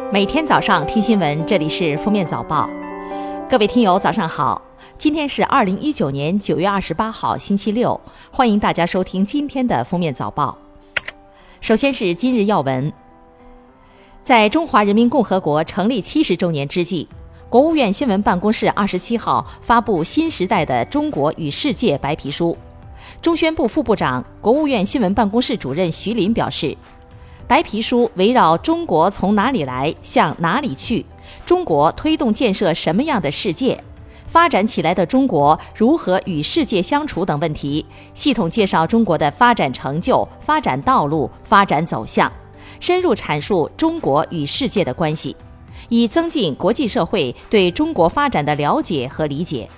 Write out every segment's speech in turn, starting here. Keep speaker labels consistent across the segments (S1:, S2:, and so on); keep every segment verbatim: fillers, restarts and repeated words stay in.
S1: 每天早上听新闻，这里是封面早报。各位听友早上好，今天是二零一九年九月二十八号星期六，欢迎大家收听今天的封面早报。首先是今日要闻。在中华人民共和国成立七十周年之际，国务院新闻办公室二十七号发布新时代的中国与世界白皮书。中宣部副部长、国务院新闻办公室主任徐林表示，白皮书围绕中国从哪里来向哪里去，中国推动建设什么样的世界，发展起来的中国如何与世界相处等问题，系统介绍中国的发展成就、发展道路、发展走向，深入阐述中国与世界的关系，以增进国际社会对中国发展的了解和理解。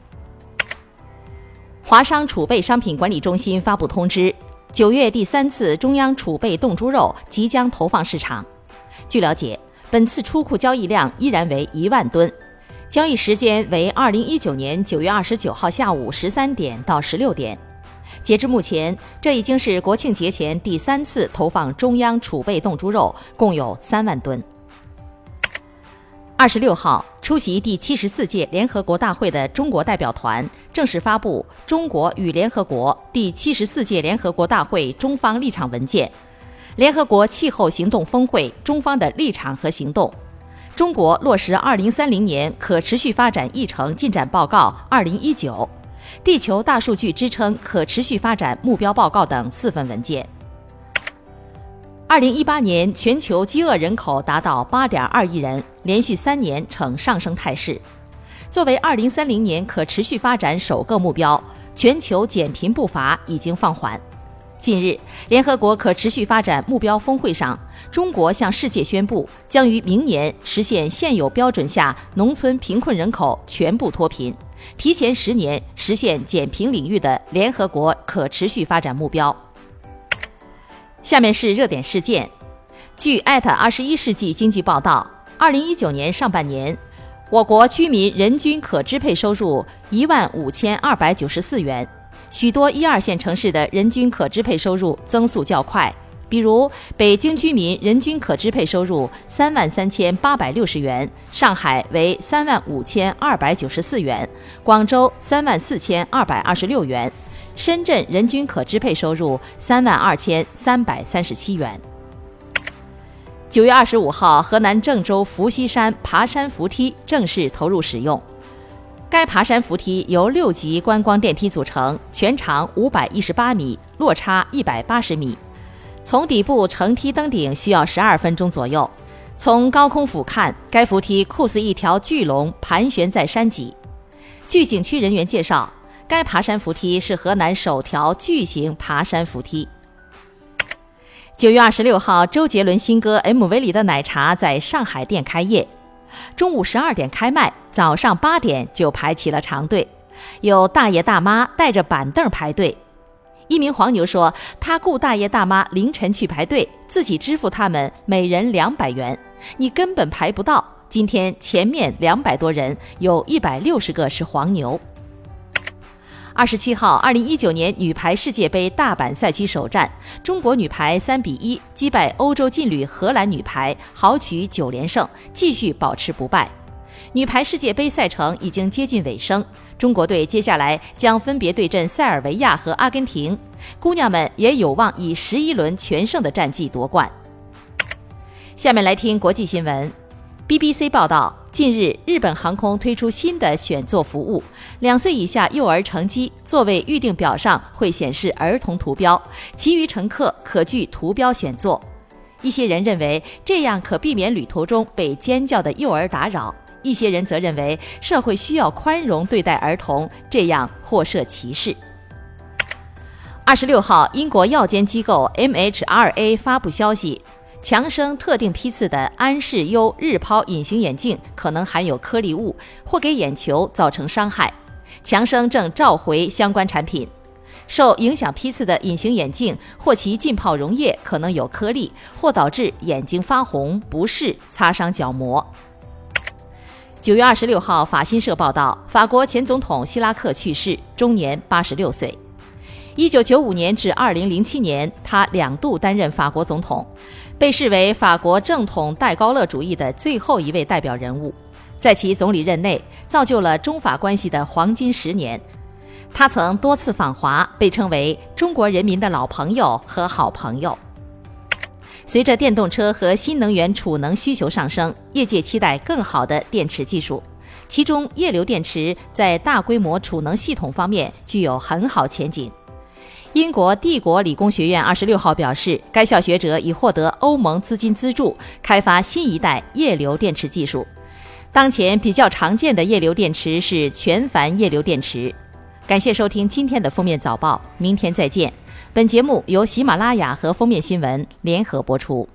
S1: 华商储备商品管理中心发布通知，九月第三次中央储备冻猪肉即将投放市场。据了解，本次出库交易量依然为一万吨，交易时间为二零一九年九月二十九号下午十三点到十六点。截至目前，这已经是国庆节前第三次投放中央储备冻猪肉，共有三万吨。二十六号，出席第七十四届联合国大会的中国代表团正式发布《中国与联合国第七十四届联合国大会中方立场文件》，联合国气候行动峰会中方的立场和行动，中国落实二零三零年可持续发展议程进展报告二零一九、地球大数据支撑可持续发展目标报告等四份文件。二零一八年全球饥饿人口达到 八点二亿人，连续三年呈上升态势。作为二零三零年可持续发展首个目标，全球减贫步伐已经放缓。近日，联合国可持续发展目标峰会上，中国向世界宣布，将于明年实现现有标准下农村贫困人口全部脱贫，提前十年实现减贫领域的联合国可持续发展目标。下面是热点事件。据艾特二十一世纪经济报道，二零一九年上半年，我国居民人均可支配收入一万五千二百九十四元，许多一二线城市的人均可支配收入增速较快，比如北京居民人均可支配收入三万三千八百六十元，上海为三万五千二百九十四元，广州三万四千二百二十六元，深圳人均可支配收入三万二千三百三十七元。九月二十五号，河南郑州伏羲山爬山扶梯正式投入使用。该爬山扶梯由六级观光电梯组成，全长五百一十八米，落差一百八十米。从底部乘梯登顶需要十二分钟左右。从高空俯瞰，该扶梯酷似一条巨龙盘旋在山脊。据景区人员介绍，该爬山扶梯是河南首条巨型爬山扶梯。九月二十六号，周杰伦新歌 M V 里的奶茶在上海店开业，中午十二点开卖，早上八点就排起了长队，有大爷大妈带着板凳排队。一名黄牛说，他雇大爷大妈凌晨去排队，自己支付他们每人两百元，你根本排不到。今天前面两百多人，有一百六十个是黄牛。二十七号，二零一九年女排世界杯大阪赛区首战，中国女排三比一击败欧洲劲旅荷兰女排，豪取九连胜，继续保持不败。女排世界杯赛程已经接近尾声，中国队接下来将分别对阵塞尔维亚和阿根廷，姑娘们也有望以十一轮全胜的战绩夺冠。下面来听国际新闻。B B C 报道，近日日本航空推出新的选座服务，两岁以下幼儿乘机座位预订表上会显示儿童图标，其余乘客可据图标选座。一些人认为这样可避免旅途中被尖叫的幼儿打扰，一些人则认为社会需要宽容对待儿童，这样或涉歧视。二十六号，英国药监机构 M H R A 发布消息，强生特定批次的安视优日抛隐形眼镜可能含有颗粒物，或给眼球造成伤害。强生正召回相关产品。受影响批次的隐形眼镜或其浸泡溶液可能有颗粒，或导致眼睛发红、不适、擦伤角膜。九月二十六号，法新社报道，法国前总统希拉克去世，终年八十六岁。一九九五年至二零零七年，他两度担任法国总统。 被视为法国正统戴高乐主义的最后一位代表人物，在其总理任内造就了中法关系的黄金十年。他曾多次访华，被称为中国人民的老朋友和好朋友。随着电动车和新能源储能需求上升，业界期待更好的电池技术，其中液流电池在大规模储能系统方面具有很好前景。英国帝国理工学院二十六号表示，该校学者已获得欧盟资金资助，开发新一代液流电池技术。当前比较常见的液流电池是全钒液流电池。感谢收听今天的封面早报，明天再见。本节目由喜马拉雅和封面新闻联合播出。